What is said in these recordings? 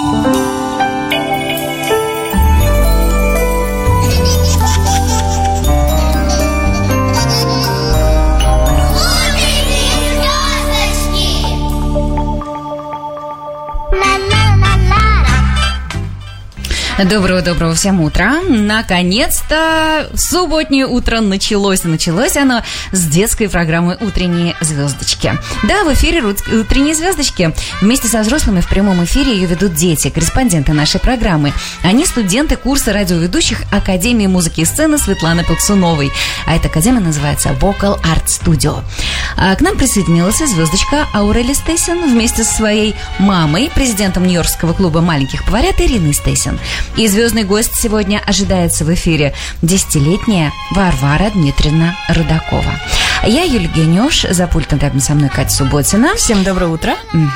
Доброго всем утра. Наконец-то субботнее утро началось. И началось оно с детской программы «Утренние звездочки». Да, в эфире «Утренние звездочки». Вместе со взрослыми в прямом эфире ее ведут дети, корреспонденты нашей программы. Они студенты курса радиоведущих Академии музыки и сцены Светланы Пилсуновой. А эта академия называется Vocal Art Studio. К нам присоединилась звездочка Аурели Стейсен вместе со своей мамой, президентом Нью-Йоркского клуба маленьких поварят Ириной Стейсен. И звездный гость сегодня ожидается в эфире 10-летняя Варвара Дмитриевна Рудакова. Я Юлия Генюш, за пультом рядом со мной Катя Субботина. Всем доброе утро.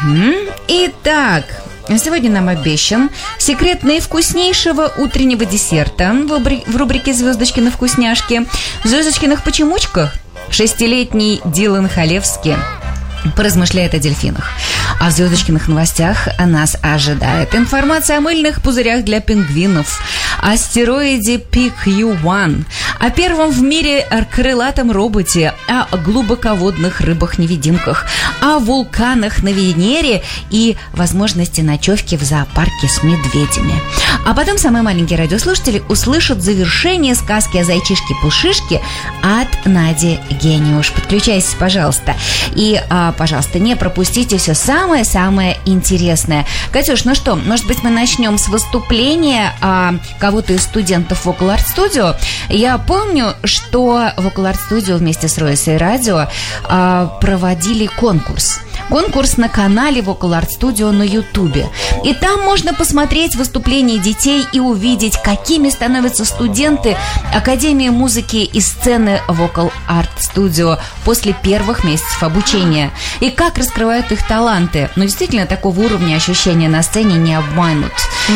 Итак, сегодня нам обещан секрет наивкуснейшего утреннего десерта в рубрике «Звездочкины вкусняшки». В «Звездочкиных почемучках» 6-летний Дилан Халевский поразмышляет о дельфинах. А в «Звездочкиных новостях» нас ожидает информация о мыльных пузырях для пингвинов, о астероиде PQ-1, о первом в мире крылатом роботе, о глубоководных рыбах-невидимках, о вулканах на Венере и возможности ночевки в зоопарке с медведями. А потом самые маленькие радиослушатели услышат завершение сказки о зайчишке-пушишке от Нади Гениуш. Подключайтесь, пожалуйста. И, пожалуйста, не пропустите все самое-самое интересное. Катюш, ну что, может быть, мы начнем с выступления кого-то из студентов Vocal Art Studio. Я помню, что Vocal Art Studio вместе с Ройсой Радио проводили конкурс. Конкурс на канале Vocal Art Studio на Ютубе. И там можно посмотреть выступления детей и увидеть, какими становятся студенты Академии музыки и сцены Vocal Art Studio после первых месяцев обучения. И как раскрывают их таланты. Но действительно, такого уровня ощущения на сцене не обманут.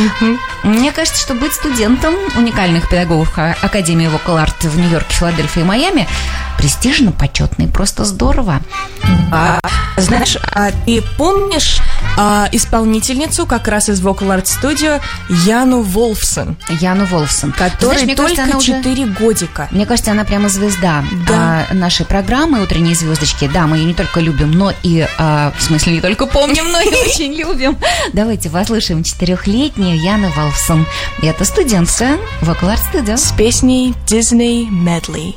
Мне кажется, что быть студентом уникальных педагогов Академии Vocal Art в Нью-Йорке, Филадельфии и Майами престижно, почетно и просто здорово. Знаешь, ты помнишь исполнительницу как раз из Vocal Art Studio Яну Волфсон? Яну Волфсон. Которой, знаешь, только кажется, 4 годика. Мне кажется, она прямо звезда нашей программы «Утренние звездочки». Да, мы ее не только любим, но и, в смысле, не только помним, но и очень любим. Давайте послушаем 4-летнюю Яну Волфсон. И это студентка Vocal Art Studio. С песней Disney Medley.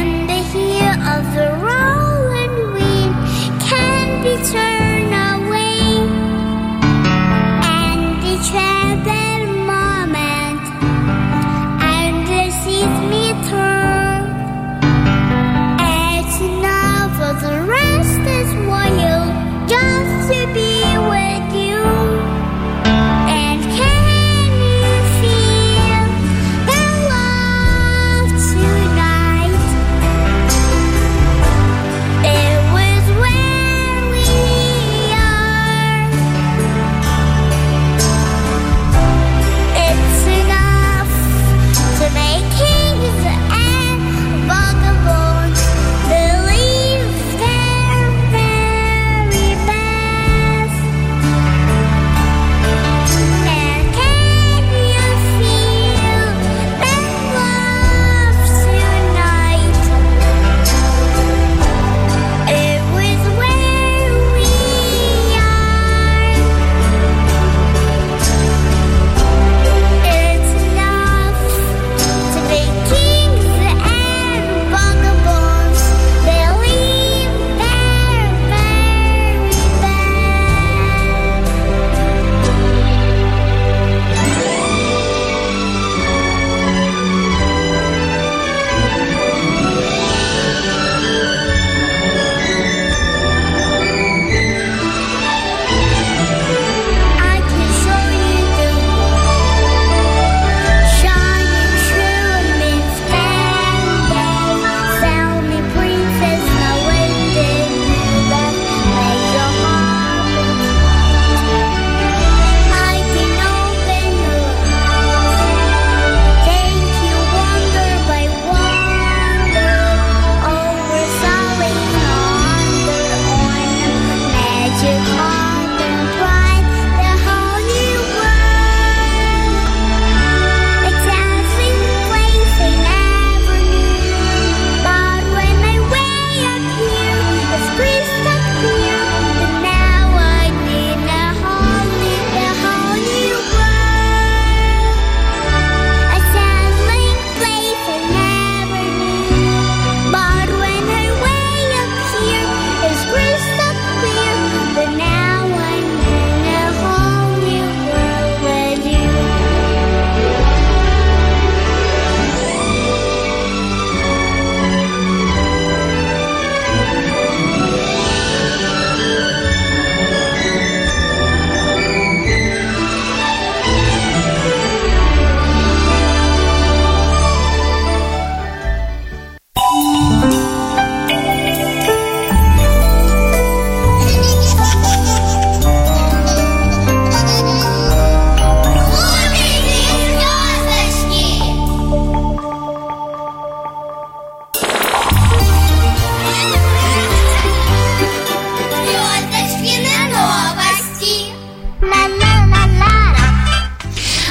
Turn away.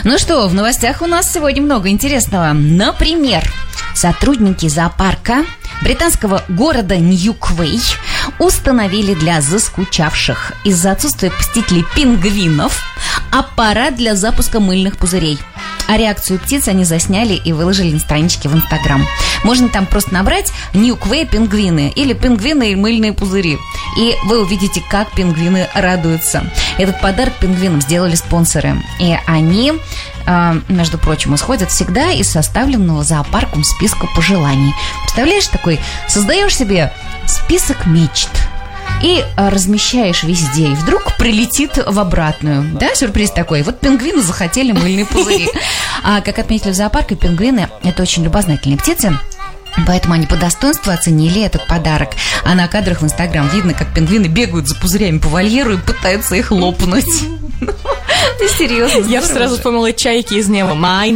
Ну что, в новостях у нас сегодня много интересного. Например, сотрудники зоопарка британского города Ньюквей установили для заскучавших из-за отсутствия посетителей пингвинов аппарат для запуска мыльных пузырей. А реакцию птиц они засняли и выложили на страничке в Инстаграм. Можно там просто набрать Ньюквей пингвины или пингвины и мыльные пузыри. И вы увидите, как пингвины радуются. Этот подарок пингвинам сделали спонсоры. И они, между прочим, исходят всегда из составленного зоопарком списка пожеланий. Представляешь, такой, создаешь себе список мечт и размещаешь везде, и вдруг прилетит в обратную. Да, сюрприз такой. Вот пингвины захотели мыльные пузыри. А как отметили в зоопарке, пингвины – это очень любознательные птицы, поэтому они по достоинству оценили этот подарок. А на кадрах в Инстаграм видно, как пингвины бегают за пузырями по вольеру и пытаются их лопнуть. Ты серьезно? Я сразу вспомнила чайки из неба. Майн.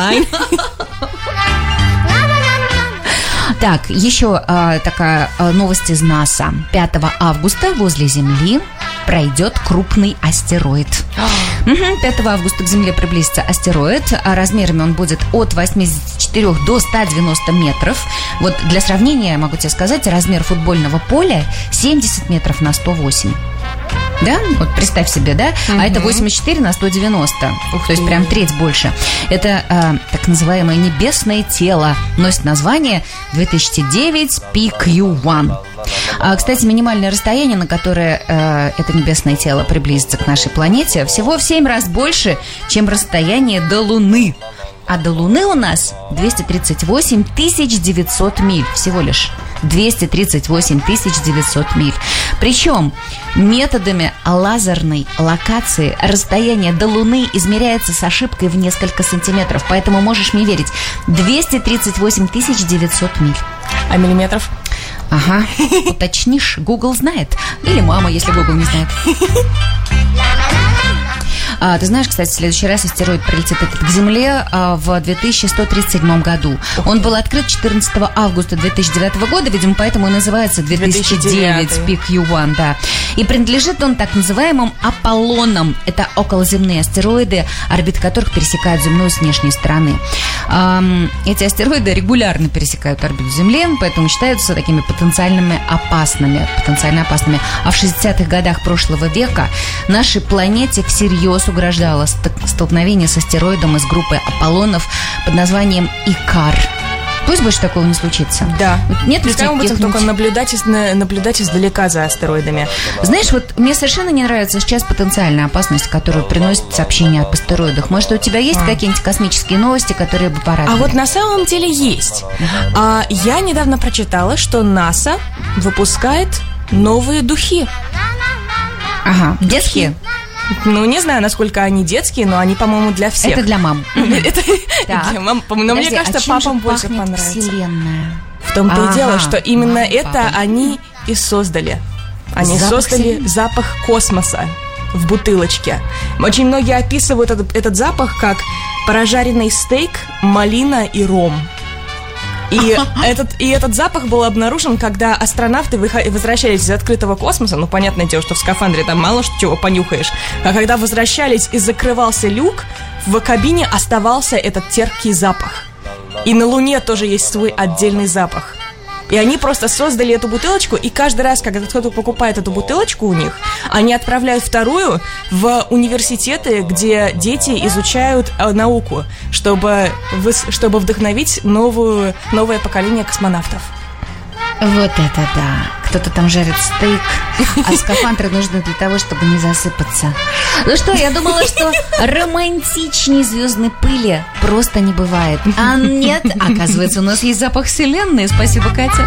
Так, еще такая новость из НАСА. 5 августа возле Земли пройдет крупный астероид. 5 августа к Земле приблизится астероид. Размерами он будет от 84 до 190 метров. Вот для сравнения, могу тебе сказать, размер футбольного поля 70 метров на 108. Да? Вот представь себе, да? А это 84 на 190. То есть прям треть больше. Это так называемое небесное тело. Носит название 2009 PQ-1. Кстати, минимальное расстояние, на которое это небесное тело приблизится к нашей планете, всего в 7 раз больше, чем расстояние до Луны. А до Луны у нас 238 900 миль всего лишь. 238 900 миль. Причем методами лазерной локации расстояние до Луны измеряется с ошибкой в несколько сантиметров. Поэтому можешь мне верить. 238 900 миль. А миллиметров? Ага, уточнишь, Google знает. Или мама, если Google не знает. Ты знаешь, кстати, в следующий раз астероид прилетит к Земле в 2137 году. Он был открыт 14 августа 2009 года, видимо, поэтому и называется 2009 PQ-1, да. И принадлежит он так называемым Аполлонам. Это околоземные астероиды, орбиты которых пересекают земную с внешней стороны. Эти астероиды регулярно пересекают орбиту Земли, поэтому считаются такими потенциально опасными. А в 60-х годах прошлого века нашей планете всерьез угрожало столкновение с астероидом из группы Аполлонов под названием Икар. Пусть больше такого не случится. Да. Нет ли только наблюдать издалека за астероидами. Знаешь, вот мне совершенно не нравится сейчас потенциальная опасность, которую приносит сообщение об астероидах. Может, у тебя есть какие-нибудь космические новости, которые бы порадовали? А вот на самом деле есть. Я недавно прочитала, что НАСА выпускает новые духи. Ага, детские? Ну, не знаю, насколько они детские, но они, по-моему, для всех. Это для мам. Это для мам. Но мне кажется, папам больше понравится. Вселенная? В том-то и дело, что именно это они и создали. Они создали запах космоса в бутылочке. Очень многие описывают этот запах как прожаренный стейк, малина и ром. И этот запах был обнаружен, когда астронавты возвращались из открытого космоса. Ну, понятное дело, что в скафандре там мало чего понюхаешь. А когда возвращались и закрывался люк, в кабине оставался этот терпкий запах. И на Луне тоже есть свой отдельный запах. И они просто создали эту бутылочку, и каждый раз, когда кто-то покупает эту бутылочку у них, они отправляют вторую в университеты, где дети изучают науку, чтобы вдохновить новое поколение космонавтов. Вот это да. Кто-то там жарит стейк, а скафандры нужны для того, чтобы не засыпаться. Ну что, я думала, что романтичней звездной пыли просто не бывает. А нет, оказывается, у нас есть запах Вселенной. Спасибо, Катя.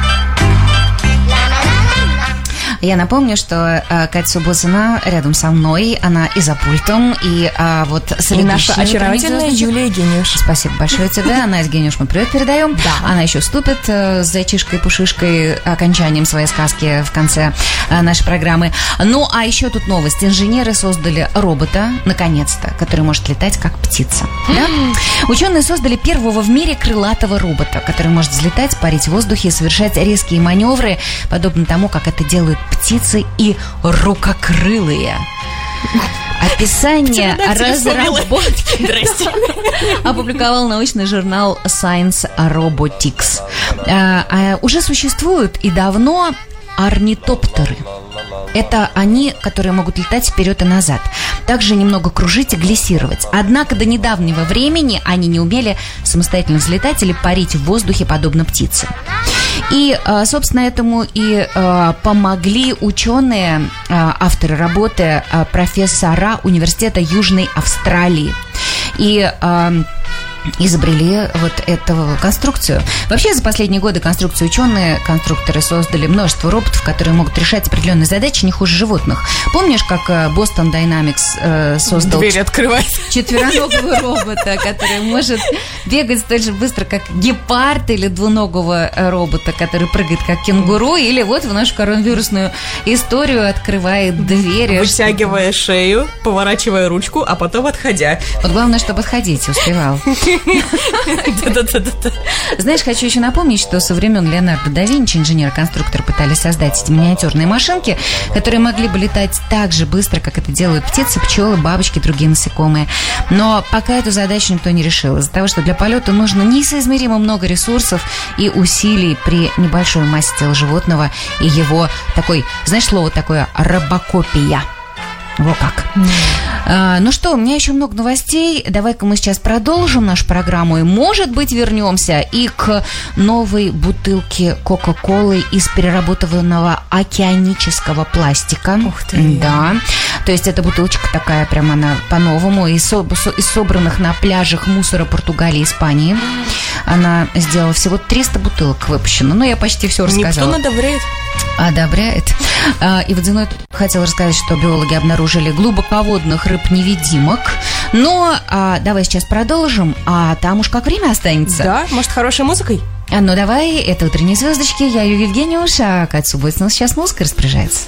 Я напомню, что Катя Субботина рядом со мной, она и за пультом, и вот следующая... И наша очаровательная Юлия Гениуш. Спасибо большое тебе, Настя Гениуш, мы привет передаем. Да. Она еще вступит с зайчишкой и пушишкой окончанием своей сказки в конце нашей программы. Ну, а еще тут новость. Инженеры создали робота, наконец-то, который может летать как птица. Да? Ученые создали первого в мире крылатого робота, который может взлетать, парить в воздухе и совершать резкие маневры, подобно тому, как это делают птицы и рукокрылые. описание разработки опубликовал научный журнал Science Robotics. Уже существуют и давно орнитоптеры. Это они, которые могут летать вперед и назад. Также немного кружить и глиссировать. Однако до недавнего времени они не умели самостоятельно взлетать или парить в воздухе, подобно птице. И, собственно, этому и помогли ученые, авторы работы, профессора Университета Южной Австралии. И изобрели вот эту конструкцию. Вообще, за последние годы конструкторы создали множество роботов, которые могут решать определенные задачи не хуже животных. Помнишь, как Boston Dynamics создал дверь открывает четвероногого робота, который может бегать столь же быстро, как гепард, или двуногого робота, который прыгает, как кенгуру, или вот в нашу коронавирусную историю открывает двери. Вытягивая шею, поворачивая ручку, а потом отходя. Вот главное, чтобы отходить успевал. Знаешь, хочу еще напомнить, что со времен Леонардо да Винчи инженеры-конструкторы пытались создать эти миниатюрные машинки, которые могли бы летать так же быстро, как это делают птицы, пчелы, бабочки и другие насекомые. Но пока эту задачу никто не решил, из-за того, что для полета нужно несоизмеримо много ресурсов и усилий при небольшой массе тела животного и его такой, знаешь, слово такое робокопия. Вот как. Ну что, у меня еще много новостей. Давай-ка мы сейчас продолжим нашу программу и, может быть, вернемся и к новой бутылке Кока-Колы из переработанного океанического пластика. Ух ты! Да. То есть эта бутылочка такая, прямо она по-новому, из собранных на пляжах мусора Португалии и Испании. Она сделала всего 300 бутылок выпущено. Ну, я почти все рассказала. Никто одобряет. Одобряет. И водяной хотел рассказать, что биологи обнаружили глубоководных рыб-невидимок. Но давай сейчас продолжим, а там уж как время останется. Да, может, хорошей музыкой? Ну давай, это «Утренние звездочки», я Юлия Евгеньевна, а Катя Субботина сейчас музыка распоряжается.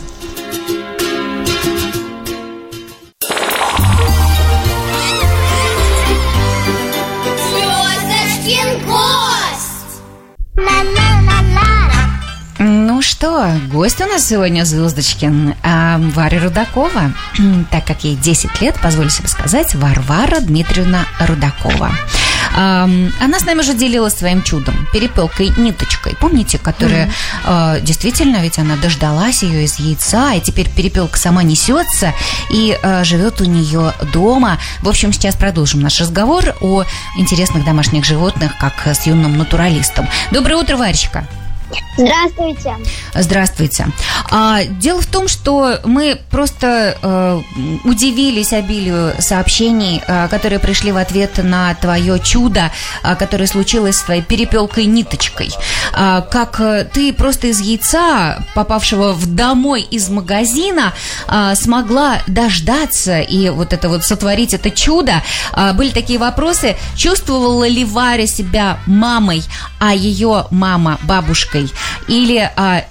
Ну что, гость у нас сегодня Звездочкин, Варя Рудакова. Так как ей 10 лет, позволю себе сказать, Варвара Дмитриевна Рудакова. Она с нами уже делилась своим чудом, перепелкой-ниточкой. Помните, которая действительно, ведь она дождалась ее из яйца, и теперь перепелка сама несется и живет у нее дома. В общем, сейчас продолжим наш разговор о интересных домашних животных, как с юным натуралистом. Доброе утро, Варечка. Здравствуйте. Здравствуйте. Дело в том, что мы просто удивились обилию сообщений, которые пришли в ответ на твое чудо, которое случилось с твоей перепелкой-ниточкой. Как ты просто из яйца, попавшего домой из магазина, смогла дождаться и вот это вот сотворить это чудо. Были такие вопросы: чувствовала ли Варя себя мамой, а ее мама бабушкой? Или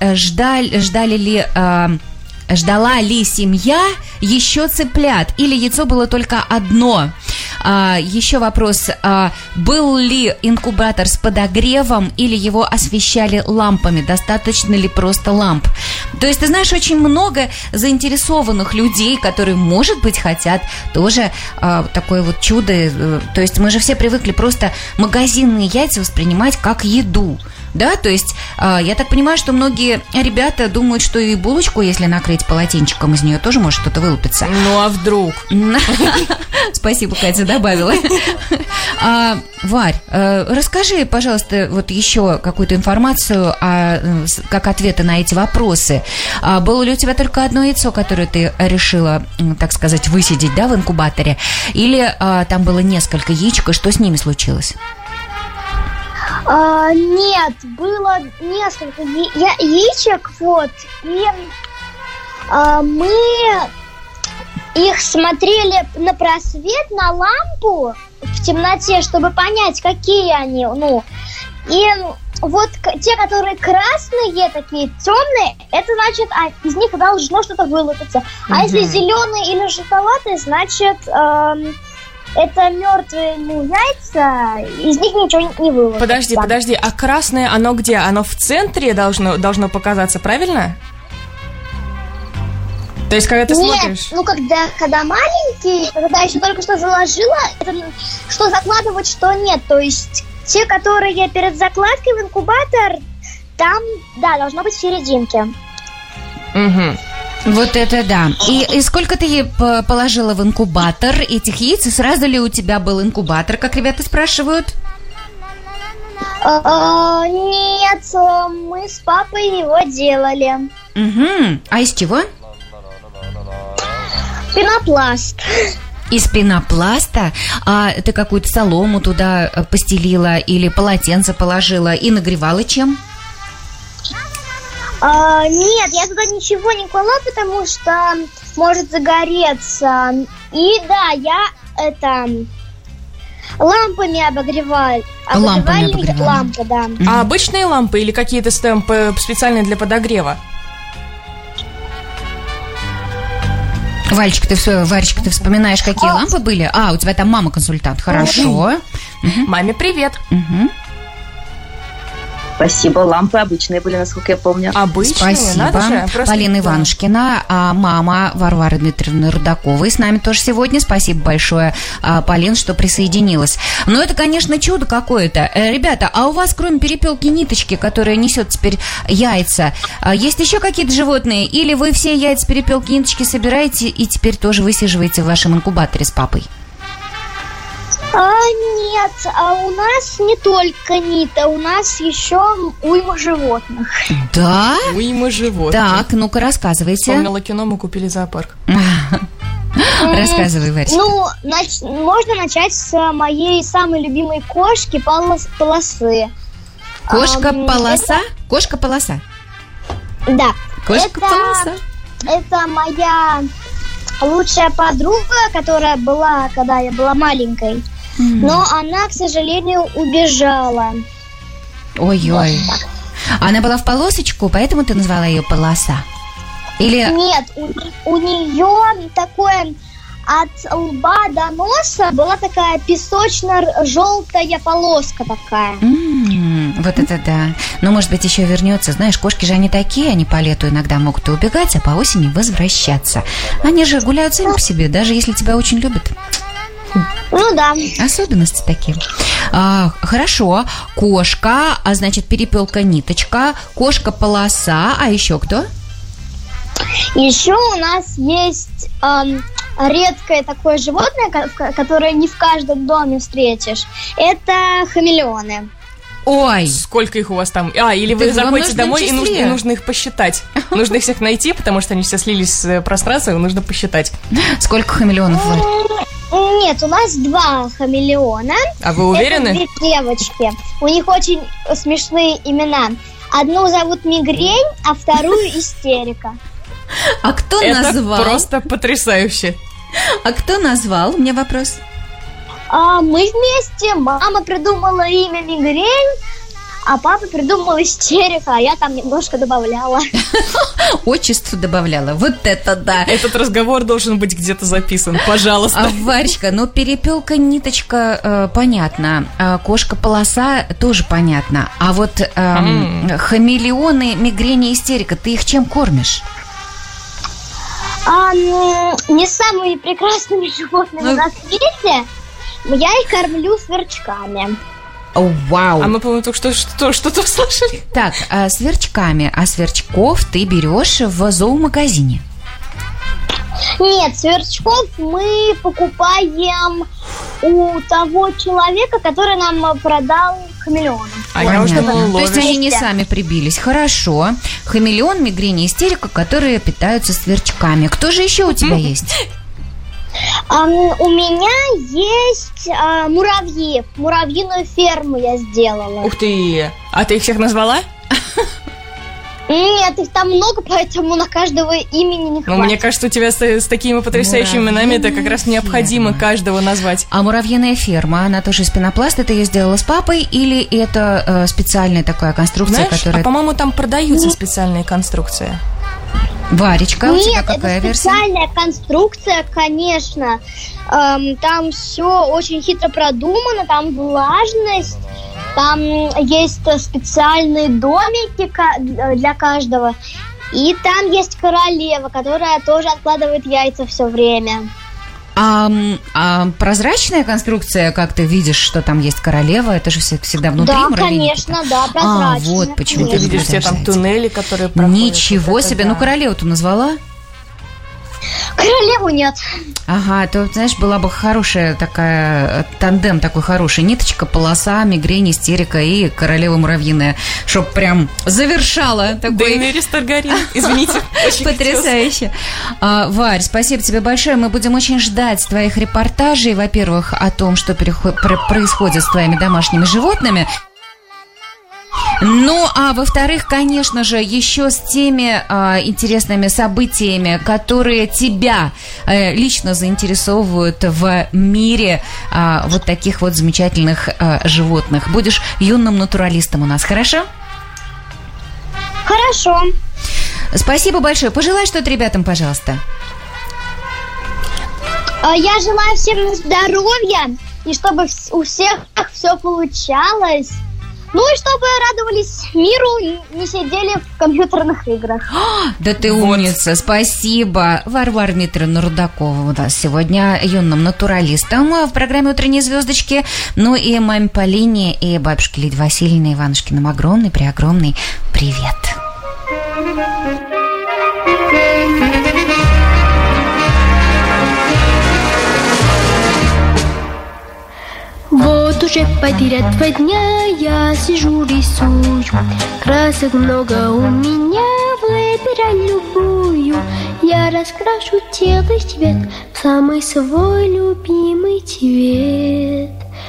ждала ли семья еще цыплят? Или яйцо было только одно? Еще вопрос: был ли инкубатор с подогревом или его освещали лампами? Достаточно ли просто ламп? То есть, ты знаешь, очень много заинтересованных людей, которые, может быть, хотят тоже такое вот чудо. То есть мы же все привыкли просто магазинные яйца воспринимать как еду. Да, то есть я так понимаю, что многие ребята думают, что и булочку, если накрыть полотенчиком, из нее тоже может что-то вылупиться. Ну, а вдруг? Спасибо, Катя, добавила. Варь, расскажи, пожалуйста, вот еще какую-то информацию, как ответы на эти вопросы. Было ли у тебя только одно яйцо, которое ты решила, так сказать, высидеть, да, в инкубаторе? Или там было несколько яичек, и что с ними случилось? Нет, было несколько яичек, вот, и мы их смотрели на просвет, на лампу в темноте, чтобы понять, какие они, и вот те, которые красные, такие темные, это значит, из них должно что-то вылупиться, а если зеленые или желтоватые, значит... это мертвые яйца, из них ничего не вылупится. Подожди, а красное оно где? Оно в центре должно показаться, правильно? То есть, когда ты смотришь... Ну, когда маленький, когда еще только что заложила, это что закладывать, что нет. То есть, те, которые перед закладкой в инкубатор, там, да, должно быть в серединке. Угу. Вот это да. И сколько ты положила в инкубатор этих яиц? И сразу ли у тебя был инкубатор, как ребята спрашивают? Нет, мы с папой его делали. Угу. А из чего? Пенопласт. Из пенопласта? А ты какую-то солому туда постелила или полотенце положила и нагревала чем? Нет, я туда ничего не клала, потому что может загореться. И да, я лампами обогревали. Лампы, да. А обычные лампы или какие-то там специальные для подогрева? Варечка, ты вспоминаешь, какие лампы были? У тебя там мама консультант. Хорошо. Маме привет. Спасибо, лампы обычные были, насколько я помню. Обычные, спасибо. Надо же. Полина Иванушкина, мама Варвары Дмитриевны Рудаковой с нами тоже сегодня. Спасибо большое, Полин, что присоединилась. Но это, конечно, чудо какое-то. Ребята, а у вас, кроме перепелки ниточки, которая несет теперь яйца, есть еще какие-то животные? Или вы все яйца перепелки ниточки собираете и теперь тоже высиживаете в вашем инкубаторе с папой? Нет, у нас не только нита, у нас еще уйма животных. Да? Уйма животных. Так, ну-ка, рассказывайте. Вспомнила кино, мы купили зоопарк. Рассказывай, Варечка. Ну, можно начать с моей самой любимой кошки Полосы. Кошка-полоса? Кошка-полоса. Да. Кошка-полоса. Это моя лучшая подруга, которая была, когда я была маленькой. Но она, к сожалению, убежала. Ой-ой. Она была в полосочку, поэтому ты назвала ее Полоса? Или... Нет, у нее такое от лба до носа была такая песочно-желтая полоска такая. Вот это да. Но, может быть, еще вернется. Знаешь, кошки же они такие, они по лету иногда могут и убегать, а по осени возвращаться. Они же гуляют сами по себе, даже если тебя очень любят. Ну да. Особенности такие. Хорошо. Кошка, а значит, перепелка ниточка, кошка-полоса, а еще кто? Еще у нас есть редкое такое животное, которое не в каждом доме встретишь. Это хамелеоны. Ой! Сколько их у вас там? Или вы заходите домой и нужно их посчитать. Нужно их всех найти, потому что они все слились с пространства, и нужно посчитать. Сколько хамелеонов, Варь? Нет, у нас 2 хамелеона. А вы уверены? Это 2 девочки. У них очень смешные имена. Одну зовут Мигрень, а вторую Истерика. А кто назвал? Это просто потрясающе. А кто назвал? У меня вопрос. Мы вместе. Мама придумала имя Мигрень, а папа придумал Истерика, а я там немножко добавляла. Отчество добавляла. Вот это да. Этот разговор должен быть где-то записан, пожалуйста. Варечка, ну перепелка ниточка понятно, кошка-полоса тоже понятно. А вот хамелеоны, мигрень, истерика, ты их чем кормишь? Не самыми прекрасными животными на свете. Я их кормлю сверчками. Вау. А мы, по-моему, только что-то услышали. Так, сверчками. А сверчков ты берешь в зоомагазине? Нет, сверчков мы покупаем у того человека, который нам продал хамелеона. Я уже думала, то есть они не сами прибились. Хорошо. Хамелеон, мигрень, истерика, которые питаются сверчками. Кто же еще у тебя есть? У меня есть муравьи. Муравьиную ферму я сделала. Ух ты! А ты их всех назвала? Нет, их там много, поэтому на каждого имени не хватит. Но мне кажется, у тебя с такими потрясающими именами это как раз необходимо каждого назвать. А муравьиная ферма, она тоже из пенопласта, ты ее сделала с папой, или это специальная такая конструкция, знаешь, которая... по-моему, там продаются специальные конструкции. Варечка, у тебя какая версия? Нет, это специальная конструкция, конечно. Там все очень хитро продумано, там влажность, там есть специальные домики для каждого. И там есть королева, которая тоже откладывает яйца все время. А прозрачная конструкция, как ты видишь, что там есть королева, это же всегда внутри муравейника? Да, конечно, да, прозрачная. Вот почему ты видишь все там туннели, которые проходят. Ничего вот себе, да. Ну королеву ты назвала? Королеву нет. Ага, то, знаешь, была бы хорошая такая, тандем такой хороший. Ниточка, полоса, мигрень, истерика и королева муравьиная. Чтоб прям завершала такой... Дейенерис Таргарyen, извините. Потрясающе. Варь, спасибо тебе большое. Мы будем очень ждать твоих репортажей, во-первых, о том, что происходит с твоими домашними животными. Ну, а во-вторых, конечно же, еще с теми интересными событиями, которые тебя лично заинтересовывают в мире вот таких вот замечательных животных. Будешь юным натуралистом у нас, хорошо? Хорошо. Спасибо большое. Пожелай что-то ребятам, пожалуйста. Я желаю всем здоровья, и чтобы у всех все получалось. Ну и чтобы радовались миру, не сидели в компьютерных играх. Да ты умница, спасибо. Варвара Дмитриевна Рудакова у нас сегодня юным натуралистом в программе «Утренние звездочки». Ну и маме Полине и бабушке Лидии Васильевне Иванушкиным огромный, преогромный привет. Вот уже потеряд 2 дня я сижу, рисую. Красок много у меня, выбирай любую. Я раскрашу тело цвет в самый свой любимый цвет.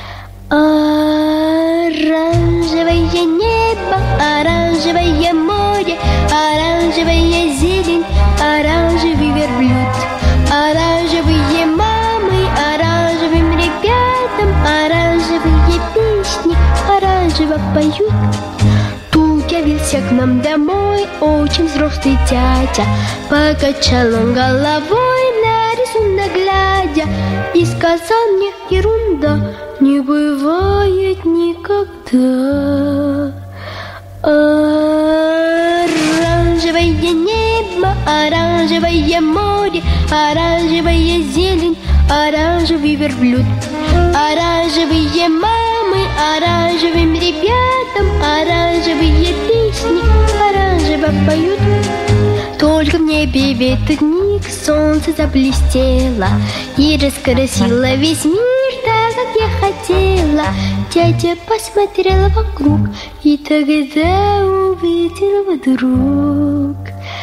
Оранжевое небо, оранжевое море, оранжевая зелень, оранжевый верблюд, оранжевые мамы, оранжевым ребятам, оранжевые песни оранжево поют. Тут явился к нам домой очень взрослый дядя. Покачал он головой на рисунок глядя и сказал мне: ерунда, не бывает никогда. Оранжевое небо, оранжевое море, оранжевая зелень, оранжевый верблюд, оранжевые мамы, оранжевым ребятам, оранжевые песни оранжево поют. Только в небе в этот миг солнце заблестело и раскрасило весь мир так, как я хотела. Дядя посмотрел вокруг и тогда увидел вдруг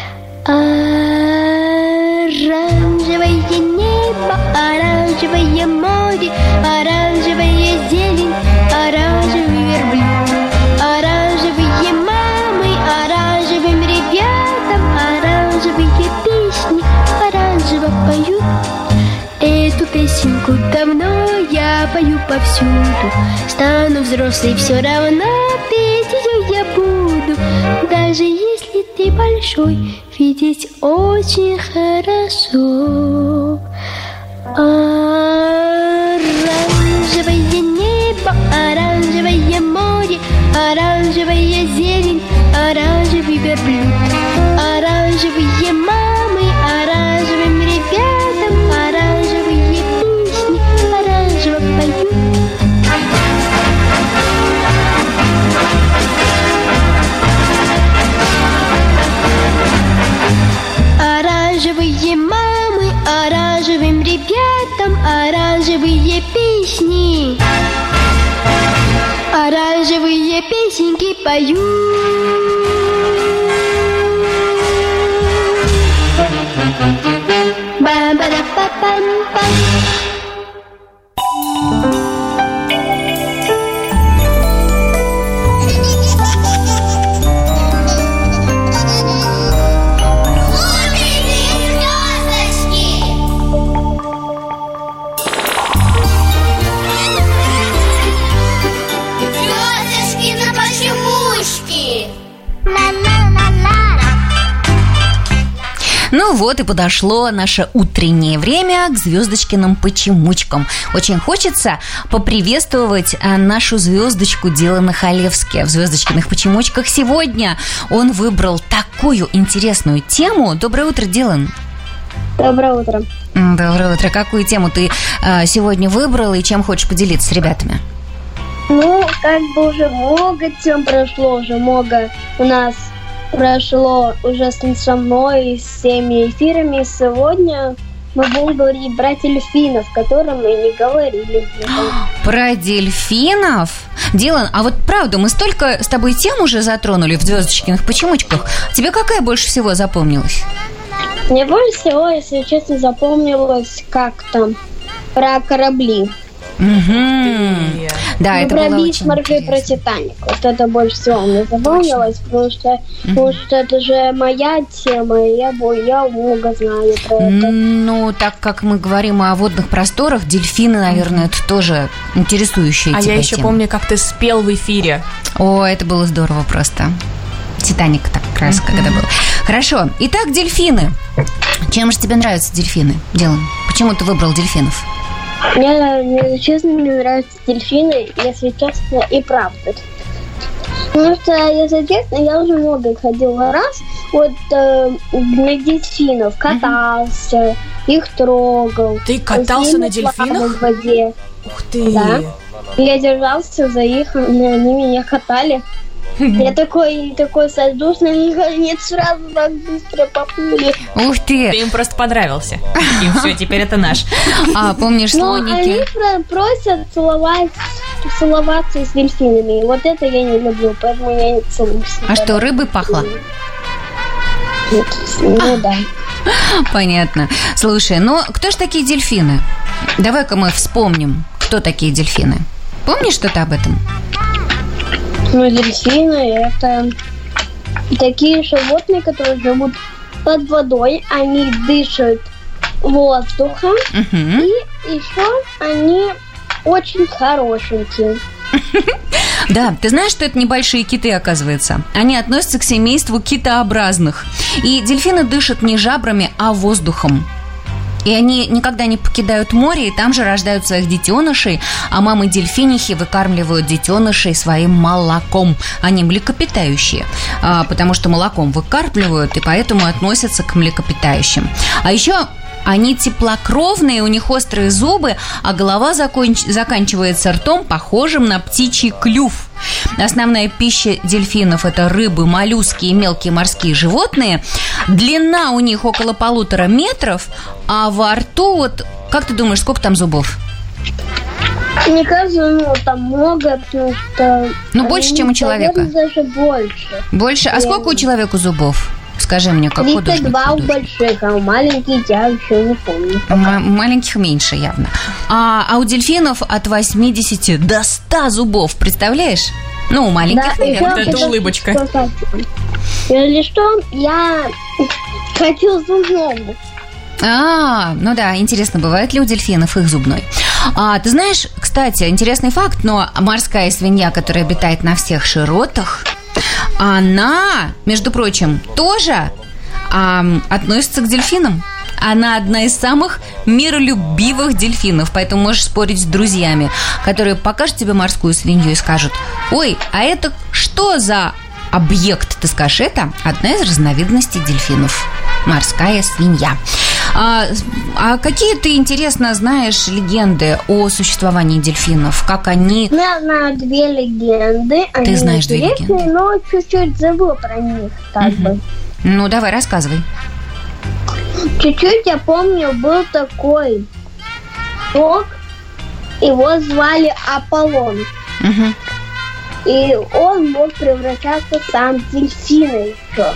оранжевое небо, оранжевое море, оранжевая зелень, оранжевый верблюд, оранжевые мамы, оранжевым ребятам, оранжевые песни оранжево поют. Эту песенку давно я пою повсюду. Стану взрослой, все равно петь ее я буду. Даже если ты большой, видеть очень хорошо. Оранжевое небо, оранжевое море, оранжевая зелень, оранжевый верблюд, оранжевые мамы, оранжевым ребятам, оранжевые песни оранжево поют. Оранжевые мамы, оранжевым ребятам, оранжевые песни, оранжевые песенки поют. Бам-ба-да-па-пам-пам. Ну вот и подошло наше утреннее время к Звездочкиным почемучкам. Очень хочется поприветствовать нашу звездочку Дилана Халевски. В Звездочкиных почемучках сегодня он выбрал такую интересную тему. Доброе утро, Дилан. Доброе утро. Доброе утро. Какую тему ты сегодня выбрал и чем хочешь поделиться с ребятами? Ну, как бы уже много тем прошло, уже много у нас прошло уже со мной, с всеми эфирами. Сегодня мы будем говорить про дельфинов, о которых мы не говорили. Про дельфинов? Дилан, а вот правда, мы столько с тобой тем уже затронули в Звездочкиных почемучках. Тебе какая больше всего запомнилась? Мне больше всего, если честно, запомнилось как-то про корабли. Угу. Да, это было очень интересно. Про Титаник. Вот это больше всего мне запомнилось, потому что это же моя тема, и я много знаю про это. Ну, так как мы говорим о водных просторах, дельфины, наверное, это тоже интересующая тебя тема. А я еще помню, как ты спел в эфире. О, это было здорово просто. Титаник так как раз, когда был. Хорошо. Итак, дельфины. Чем же тебе нравятся дельфины, Дилан? Почему ты выбрал дельфинов? Мне, честно, не нравятся дельфины, если честно, и правда. Потому что, если честно, я уже много ходила раз вот на дельфинов, катался, их трогал. Ты катался на дельфинах? В воде. Ух ты! Да. Я держался за их, они меня катали. Я такой воздушный, они сразу так быстро поплыли. Ух ты! Ты им просто понравился. И все, теперь это наш. А, помнишь слоники? Они просят целоваться с дельфинами. И вот это я не люблю, поэтому я не целуюсь. А что, рыбой пахло? Ну да. Понятно. Слушай, ну кто ж такие дельфины? Давай-ка мы вспомним, кто такие дельфины. Помнишь что-то об этом? Ну, дельфины – это такие животные, которые живут под водой. Они дышат воздухом. И еще они очень хорошенькие. Да, ты знаешь, что это небольшие киты, оказывается? Они относятся к семейству китообразных. И дельфины дышат не жабрами, а воздухом. И они никогда не покидают море, и там же рождают своих детенышей, а мамы-дельфинихи выкармливают детенышей своим молоком. Они млекопитающие, потому что молоком выкармливают, и поэтому относятся к млекопитающим. А еще они теплокровные, у них острые зубы, а голова заканчивается ртом, похожим на птичий клюв. Основная пища дельфинов – это рыбы, моллюски и мелкие морские животные. Длина у них около 1,5 метра, а во рту, вот, как ты думаешь, сколько там зубов? Мне кажется, там много, потому что… Ну, больше, чем у человека. Даже больше. Больше? А сколько у человека зубов? Скажи мне, как художник. 32 больших, а у маленьких я еще не помню. Маленьких меньше явно. А у дельфинов от 80 до 100 зубов, представляешь? Ну, у маленьких, да, наверное. Это улыбочка. Если что, я хочу зубному. Ну да, интересно, бывает ли у дельфинов их зубной? Ты знаешь, кстати, интересный факт, но морская свинья, которая обитает на всех широтах, она, между прочим, тоже относится к дельфинам. Она одна из самых миролюбивых дельфинов, поэтому можешь спорить с друзьями, которые покажут тебе морскую свинью и скажут: ой, а это что за объект? Ты скажешь, это одна из разновидностей дельфинов. Морская свинья. А какие ты, интересно, знаешь легенды о существовании дельфинов? Как они… Я знаю 2 легенды. Ты знаешь 2 легенды? Но чуть-чуть забыла про них, как бы. Ну, давай, рассказывай. Чуть-чуть я помню, был такой бог, его звали Аполлон. И он мог превращаться сам в дельфина еще.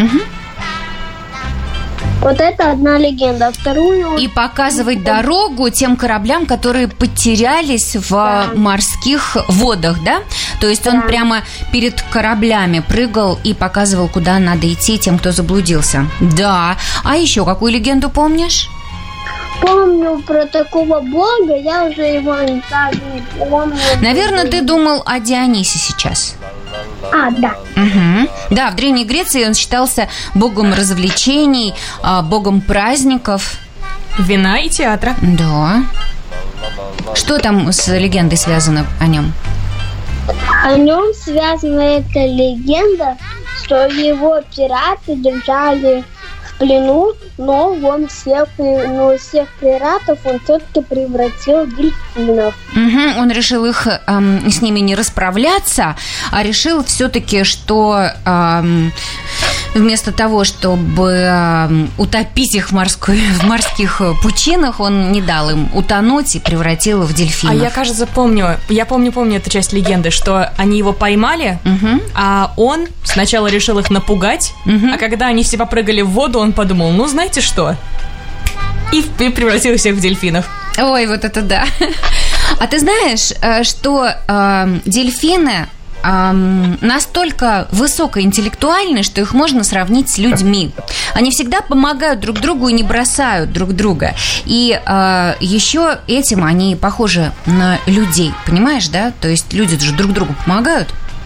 Вот это одна легенда. Вторую… И показывать дорогу тем кораблям, которые потерялись в морских водах, да? То есть он прямо перед кораблями прыгал и показывал, куда надо идти тем, кто заблудился. Да. А еще какую легенду помнишь? Помню про такого бога, я уже его не так не помню. Наверное, ты думал о Дионисе сейчас. Да. Угу. Да, в Древней Греции он считался богом развлечений, богом праздников. Вина и театра. Да. Что там с легендой связано о нем? О нем связана эта легенда, что его пираты держали в плену, но он всех пиратов он все-таки превратил в дельфинов. Угу. Он решил с ними не расправляться, а решил все-таки, что вместо того, чтобы утопить их в морских пучинах, он не дал им утонуть и превратил в дельфинов. А я, кажется, помню эту часть легенды, что они его поймали, а он сначала решил их напугать, а когда они все попрыгали в воду, он подумал, ну, знаете что? И превратил всех в дельфинов. Ой, вот это да. А ты знаешь, что дельфины настолько высокоинтеллектуальны, что их можно сравнить с людьми. Они всегда помогают друг другу и не бросают друг друга. И еще этим они похожи на людей. Понимаешь, да? То есть люди же друг другу помогают.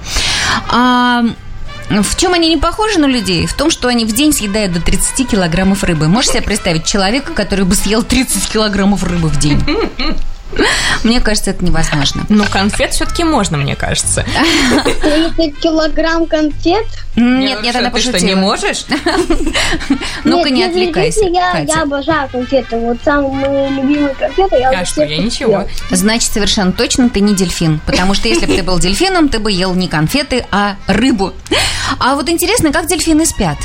В чем они не похожи на людей? В том, что они в день съедают до 30 килограммов рыбы. Можешь себе представить человека, который бы съел 30 килограммов рыбы в день? Мне кажется, это невозможно. Ну, конфет все-таки можно, мне кажется. 30 килограмм конфет? Нет, она пошутила. Ты что, не можешь? Ну-ка, не отвлекайся. Я обожаю конфеты. Вот самые мои любимые конфеты. А что, я ничего. Значит, совершенно точно ты не дельфин. Потому что если бы ты был дельфином, ты бы ел не конфеты, а рыбу. А вот интересно, как дельфины спят?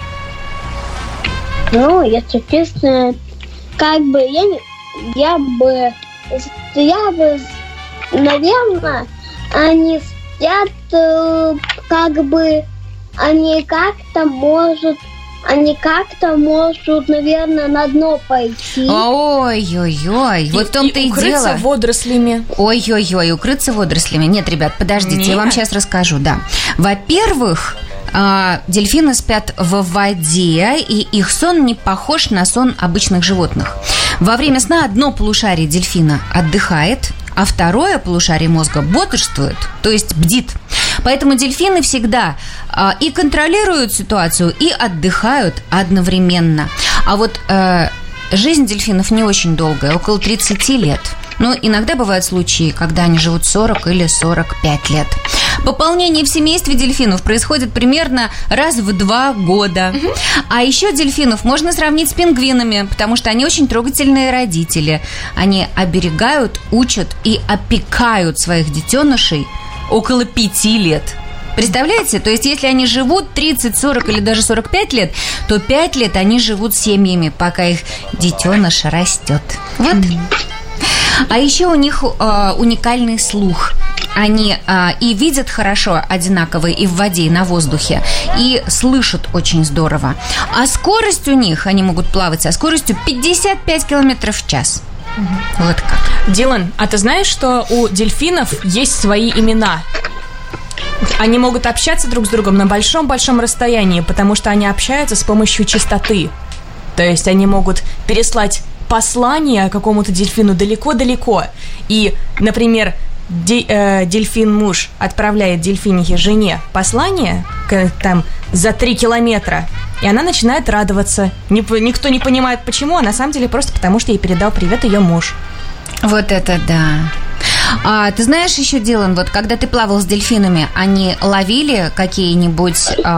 Ну, если честно, как бы я бы, наверное, они спят, как бы, они как-то могут, наверное, на дно пойти. Ой-ой-ой, вот в том-то и дело. Укрыться водорослями. Ой-ой-ой, укрыться водорослями. Нет, ребят, подождите, я вам сейчас расскажу, да. Во-первых, дельфины спят в воде, и их сон не похож на сон обычных животных. Во время сна одно полушарие дельфина отдыхает, а второе полушарие мозга бодрствует, то есть бдит. Поэтому дельфины всегда и контролируют ситуацию, и отдыхают одновременно. А вот жизнь дельфинов не очень долгая, около 30 лет. Но иногда бывают случаи, когда они живут 40 или 45 лет. Пополнение в семействе дельфинов происходит примерно раз в 2 года. А еще дельфинов можно сравнить с пингвинами, потому что они очень трогательные родители. Они оберегают, учат и опекают своих детенышей около 5 лет. Представляете? То есть, если они живут 30, 40 или даже 45 лет, то 5 лет они живут семьями, пока их детеныш растет. Вот. А еще у них уникальный слух. Они и видят хорошо одинаково и в воде, и на воздухе, и слышат очень здорово. А скорость у них, они могут плавать со скоростью 55 километров в час. Вот как. Дилан, а ты знаешь, что у дельфинов есть свои имена? Они могут общаться друг с другом на большом-большом расстоянии, потому что они общаются с помощью частоты. То есть они могут переслать послание какому-то дельфину далеко-далеко. И, например, дельфин-муж отправляет дельфинихе жене послание там за 3 километра, и она начинает радоваться. Никто не понимает, почему, а на самом деле просто потому, что ей передал привет ее муж. Вот это да. Ты знаешь еще, Дилан, вот когда ты плавал с дельфинами, они ловили какие-нибудь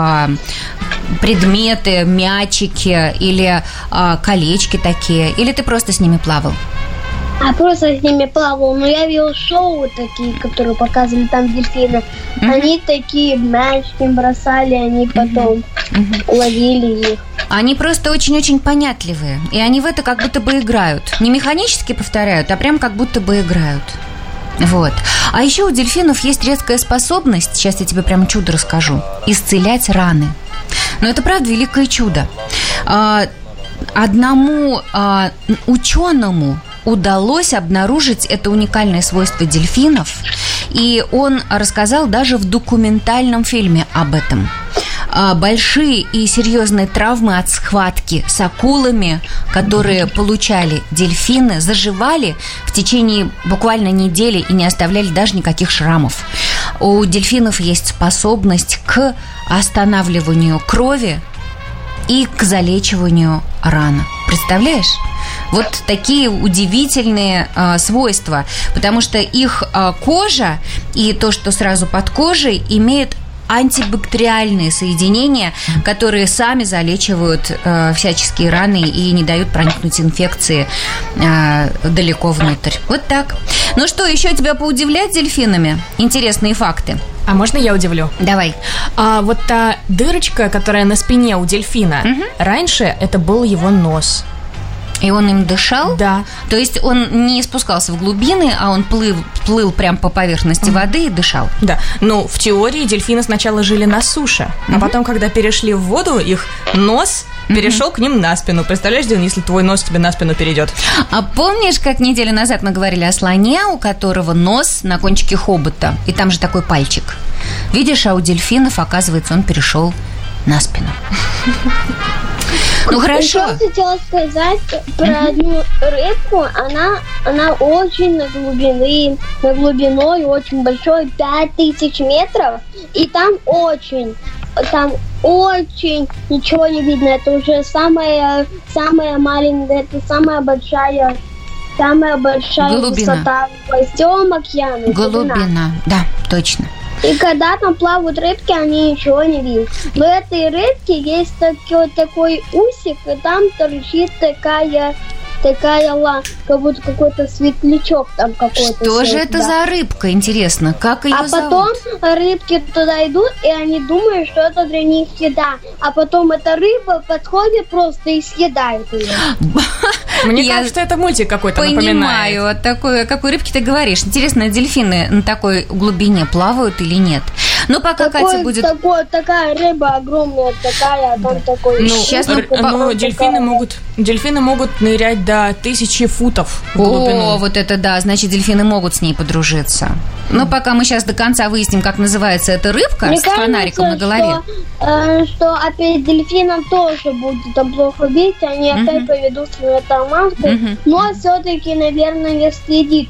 предметы, мячики или колечки такие? Или ты просто с ними плавал? Просто с ними плавал. Но я видел шоу такие, которые показывали там дельфины. Они такие мячики бросали, они потом ловили их. Они просто очень-очень понятливые. И они в это как будто бы играют. Не механически повторяют, а прям как будто бы играют. Вот. А еще у дельфинов есть редкая способность, сейчас я тебе прям чудо расскажу, исцелять раны. Но это правда великое чудо. Одному ученому удалось обнаружить это уникальное свойство дельфинов, и он рассказал даже в документальном фильме об этом. Большие и серьезные травмы от схватки с акулами, которые получали дельфины, заживали в течение буквально недели и не оставляли даже никаких шрамов. У дельфинов есть способность к останавливанию крови и к залечиванию ран. Представляешь? Вот такие удивительные свойства, потому что их кожа и то, что сразу под кожей, имеют антибактериальные соединения, которые сами залечивают всяческие раны и не дают проникнуть инфекции далеко внутрь. Вот так. Ну что, еще тебя поудивлять дельфинами? Интересные факты. А можно я удивлю? Давай. Вот та дырочка, которая на спине у дельфина, раньше это был его нос. И он им дышал? Да. То есть он не спускался в глубины, а он плыл прямо по поверхности воды и дышал? Да. Ну, в теории дельфины сначала жили на суше, а потом, когда перешли в воду, их нос перешел к ним на спину. Представляешь, Дин, если твой нос тебе на спину перейдет? А помнишь, как неделю назад мы говорили о слоне, у которого нос на кончике хобота, и там же такой пальчик? Видишь, а у дельфинов, оказывается, он перешел на спину. Ну, хорошо. Я хотела сказать про одну рыбку. Она очень на глубиной очень большой, 5000 метров. И там очень ничего не видно. Это уже самая маленькая, это самая большая высота во всем океане. Глубина, да, точно. И когда там плавают рыбки, они ничего не видят. В этой рыбке есть такой усик, и там торчит такая как будто какой-то светлячок там какой-то. Что же это за рыбка, интересно? Как ее зовут? А потом рыбки туда идут, и они думают, что это для них еда. А потом эта рыба подходит просто и съедает ее. Мне кажется, это мультик какой-то напоминает. Понимаю, о какой рыбке ты говоришь. Интересно, дельфины на такой глубине плавают или нет? Но пока Катя будет... Такая рыба огромная, такая, там такой... Дельфины могут нырять до 1000 футов в глубину. О, вот это да, значит, дельфины могут с ней подружиться. Но пока мы сейчас до конца выясним, как называется эта рыбка. Мне с фонариком на голове. Что опять дельфинам тоже будет там плохо видеть, они опять поведут свою тормозку, но все-таки, наверное, не следит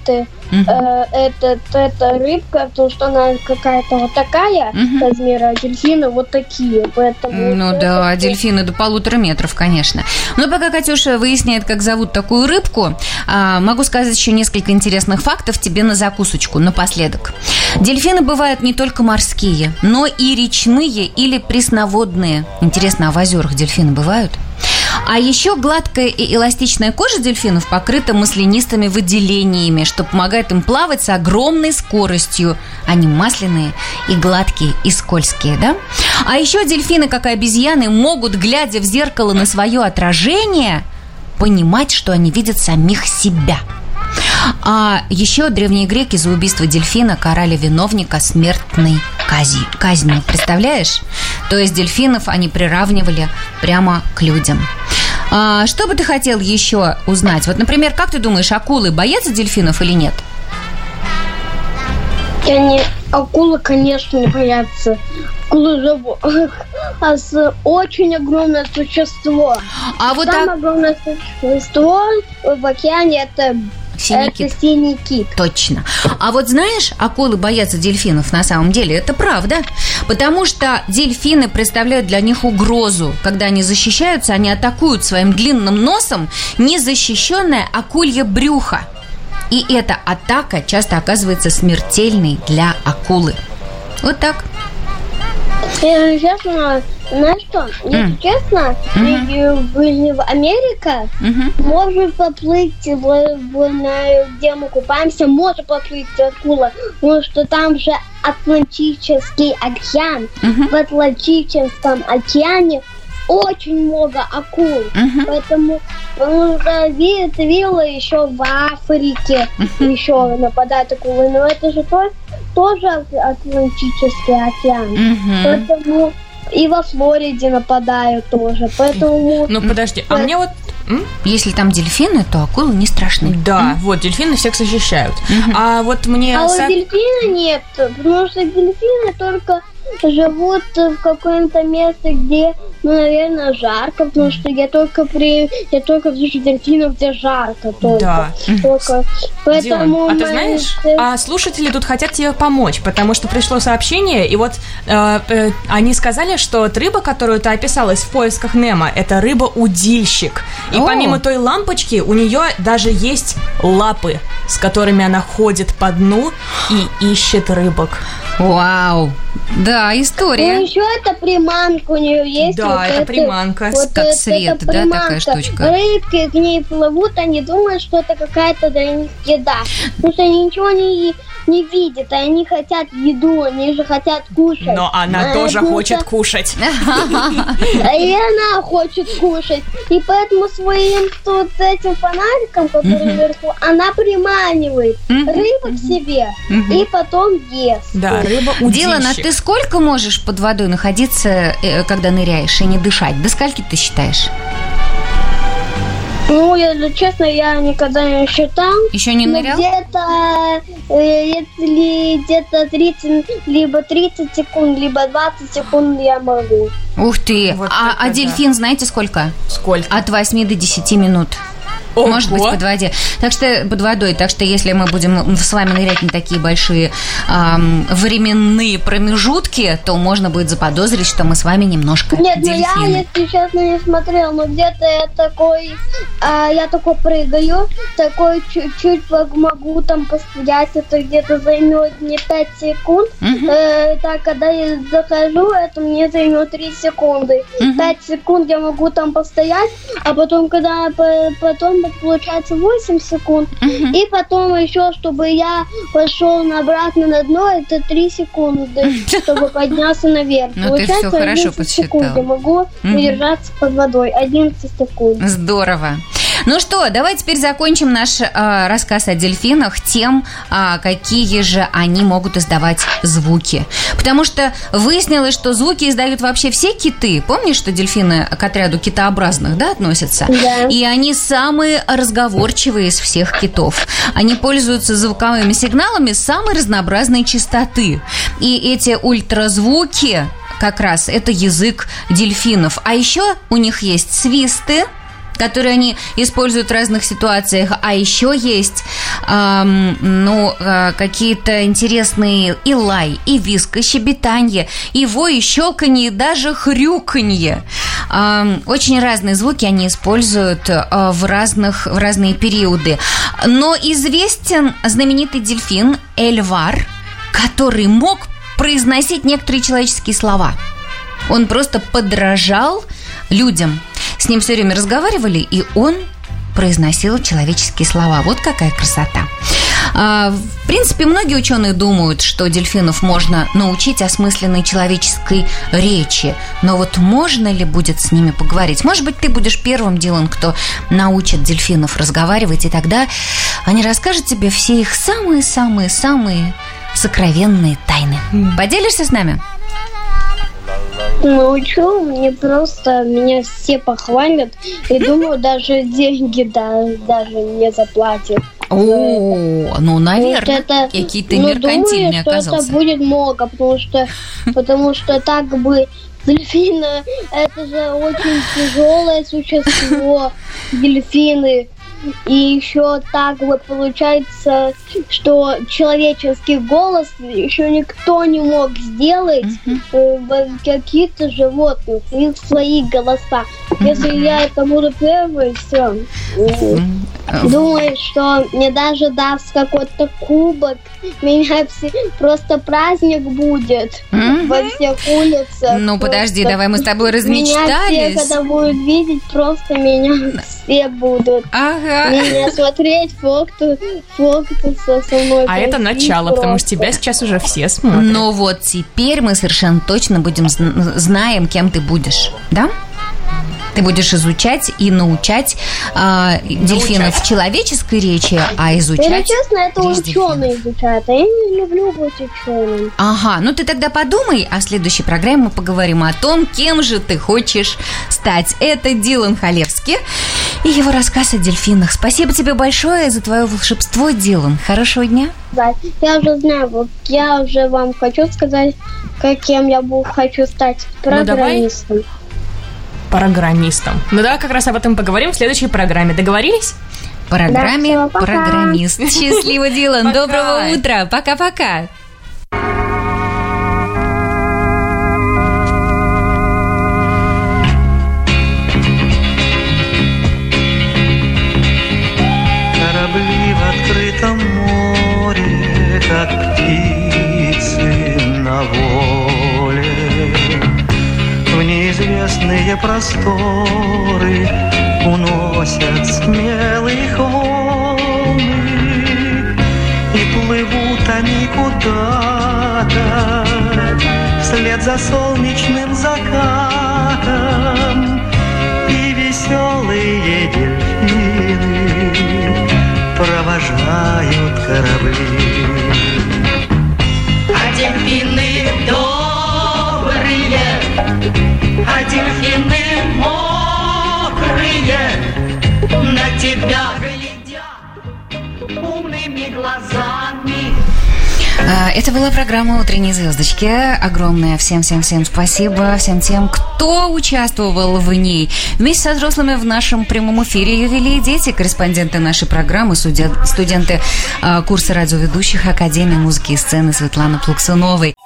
эта рыбка, потому что она какая-то вот такая размера, а дельфины вот такие. Поэтому ну да, дельфины до 1,5 метра, конечно. Но пока Катюша выясняет, как зовут такую рыбку, могу сказать еще несколько интересных фактов тебе на закусочку, напоследок. Дельфины бывают не только морские, но и речные или пресноводные. Интересно, а в озерах дельфины бывают? А еще гладкая и эластичная кожа дельфинов покрыта маслянистыми выделениями, что помогает им плавать с огромной скоростью. Они масляные и гладкие, и скользкие, да? А еще дельфины, как и обезьяны, могут, глядя в зеркало на свое отражение, понимать, что они видят самих себя. А еще древние греки за убийство дельфина карали виновника смертной казнью. Представляешь? То есть дельфинов они приравнивали прямо к людям. Что бы ты хотел еще узнать? Вот, например, как ты думаешь, акулы боятся дельфинов или нет? Акулы, конечно, не боятся. Акулы же очень огромное существо. Самое огромное существо в океане – это синий кит. Точно. А вот знаешь, акулы боятся дельфинов на самом деле. Это правда. Потому что дельфины представляют для них угрозу. Когда они защищаются, они атакуют своим длинным носом незащищенное акулье брюхо. И эта атака часто оказывается смертельной для акулы. Вот так. Честно, знаешь что? Если честно, в Америке можно поплыть, где мы купаемся, можно поплыть акула, потому что там же Атлантический океан. В Атлантическом океане очень много акул. Поэтому видела еще в Африке еще нападают акулы. Но это же тоже Атлантический океан. Поэтому и во Флориде нападают тоже. Поэтому... Ну подожди, а мне вот... Если там дельфины, то акулы не страшны. Да, вот, дельфины всех защищают. А вот мне... вот дельфина нет, потому что дельфины только живут в каком-то месте, где наверное, жарко, потому что я только вижу дельфинов, где жарко только. Да. Поэтому Дилан, а ты знаешь, слушатели тут хотят тебе помочь, потому что пришло сообщение, и вот они сказали, что рыба, которую ты описалась в поисках Немо, это рыба-удильщик. И помимо той лампочки, у нее даже есть лапы, с которыми она ходит по дну и ищет рыбок. Вау! Да, история. Ну, еще это приманка у нее есть. Да, вот это приманка. Вот как след, да, приманка. такая штучка. Рыбки к ней плывут, они думают, что это какая-то для них еда. Потому что они ничего не видят, они хотят еду, они же хотят кушать. Но она тоже хочет кушать. И она хочет кушать. И поэтому своим тут этим фонариком, который вверху, она приманивает рыбу к себе и потом ест. Да, рыба-удильщик. Дилан, а ты сколько можешь под водой находиться, когда ныряешь, и не дышать? До скольки ты считаешь? Ну, если честно, я никогда не считал. Еще не нырял? Где-то 30, либо 30 секунд, либо 20 секунд я могу. Ух ты! Вот а дельфин знаете сколько? Сколько? От 8 до 10 минут. Ого. Может быть, под водой. Так что если мы будем с вами нырять на такие большие временные промежутки, то можно будет заподозрить, что мы с вами немножко Нет, дельфины. ну я, если честно, не смотрел, но где-то я такой прыгаю, такой чуть-чуть могу там постоять, это где-то займет мне 5 секунд. Так, когда я захожу, это мне займет 3 секунды. 5 секунд я могу там постоять, а потом, потом получается 8 секунд. И потом еще, чтобы я пошел обратно на дно, это 3 секунды, чтобы подняться наверх. Ну, ты все хорошо подсчитал. Я могу удержаться под водой. 11 секунд. Здорово. Ну что, давай теперь закончим наш рассказ о дельфинах тем, какие же они могут издавать звуки. Потому что выяснилось, что звуки издают вообще все киты. Помнишь, что дельфины к отряду китообразных, да, относятся? Да. И они самые разговорчивые из всех китов. Они пользуются звуковыми сигналами самой разнообразной частоты. И эти ультразвуки как раз это язык дельфинов. А еще у них есть свисты, которые они используют в разных ситуациях, а еще есть какие-то интересные и лай, и визг, и щебетанье, и вой, и щелканье, и даже хрюканье. Очень разные звуки они используют в разные периоды. Но известен знаменитый дельфин Эльвар, который мог произносить некоторые человеческие слова. Он просто подражал людям. С ним все время разговаривали, и он произносил человеческие слова. Вот какая красота. В принципе, многие ученые думают, что дельфинов можно научить осмысленной человеческой речи. Но вот можно ли будет с ними поговорить? Может быть, ты будешь первым, Дилан, кто научит дельфинов разговаривать, и тогда они расскажут тебе все их самые-самые-самые сокровенные тайны. Поделишься с нами? Научу, меня все похвалят, и думаю, даже деньги даже не заплатят. Ну, наверное, какие-то меркантильные оказался. Думаю, что это будет много, потому что так бы дельфины, это же очень тяжелое существо, дельфины. И еще так вот получается, что человеческий голос еще никто не мог сделать каких-то животных, их свои голоса. Если я это буду первой, все. Думаю, что мне даже даст какой-то кубок, меня просто праздник будет во всех улицах. Ну, подожди, давай мы с тобой размечтались. Меня все, когда будут видеть, просто меня все будут. Ага. Меня смотреть, фоткаться со мной. А это начало, просто. Потому что тебя сейчас уже все смотрят. Ну вот теперь мы совершенно точно знаем, кем ты будешь, да? Ты будешь изучать и научать дельфинов человеческой речи, а изучать... Если честно, это речь ученые дельфинов. изучают, а я не люблю быть ученым. Ага, ну ты тогда подумай, а в следующей программе мы поговорим о том, кем же ты хочешь стать. Это Дилан Халевский и его рассказ о дельфинах. Спасибо тебе большое за твое волшебство, Дилан. Хорошего дня. Да, я уже знаю, вот я уже вам хочу сказать, каким я хочу стать программистом. программистом. Ну да, как раз об этом поговорим в следующей программе. Договорились? В программе Да, пока. «Программист». Счастливо, Дилан. Пока. Доброго утра. Пока-пока. Корабли в открытом море, как птицы на воле, в неизвестные просторы уносят смелых волны, и плывут они куда-то вслед за солнечным закатом, и веселые дельфины провожают корабли. А дельфины добрые, а дельфины мокрые, на тебя глядят умными глазами. Это была программа «Утренние звездочки». Огромное всем-всем-всем спасибо всем тем, кто участвовал в ней. Вместе со взрослыми в нашем прямом эфире ее вели дети, корреспонденты нашей программы, студенты курса радиоведущих Академии музыки и сцены Светланы Плуксуновой.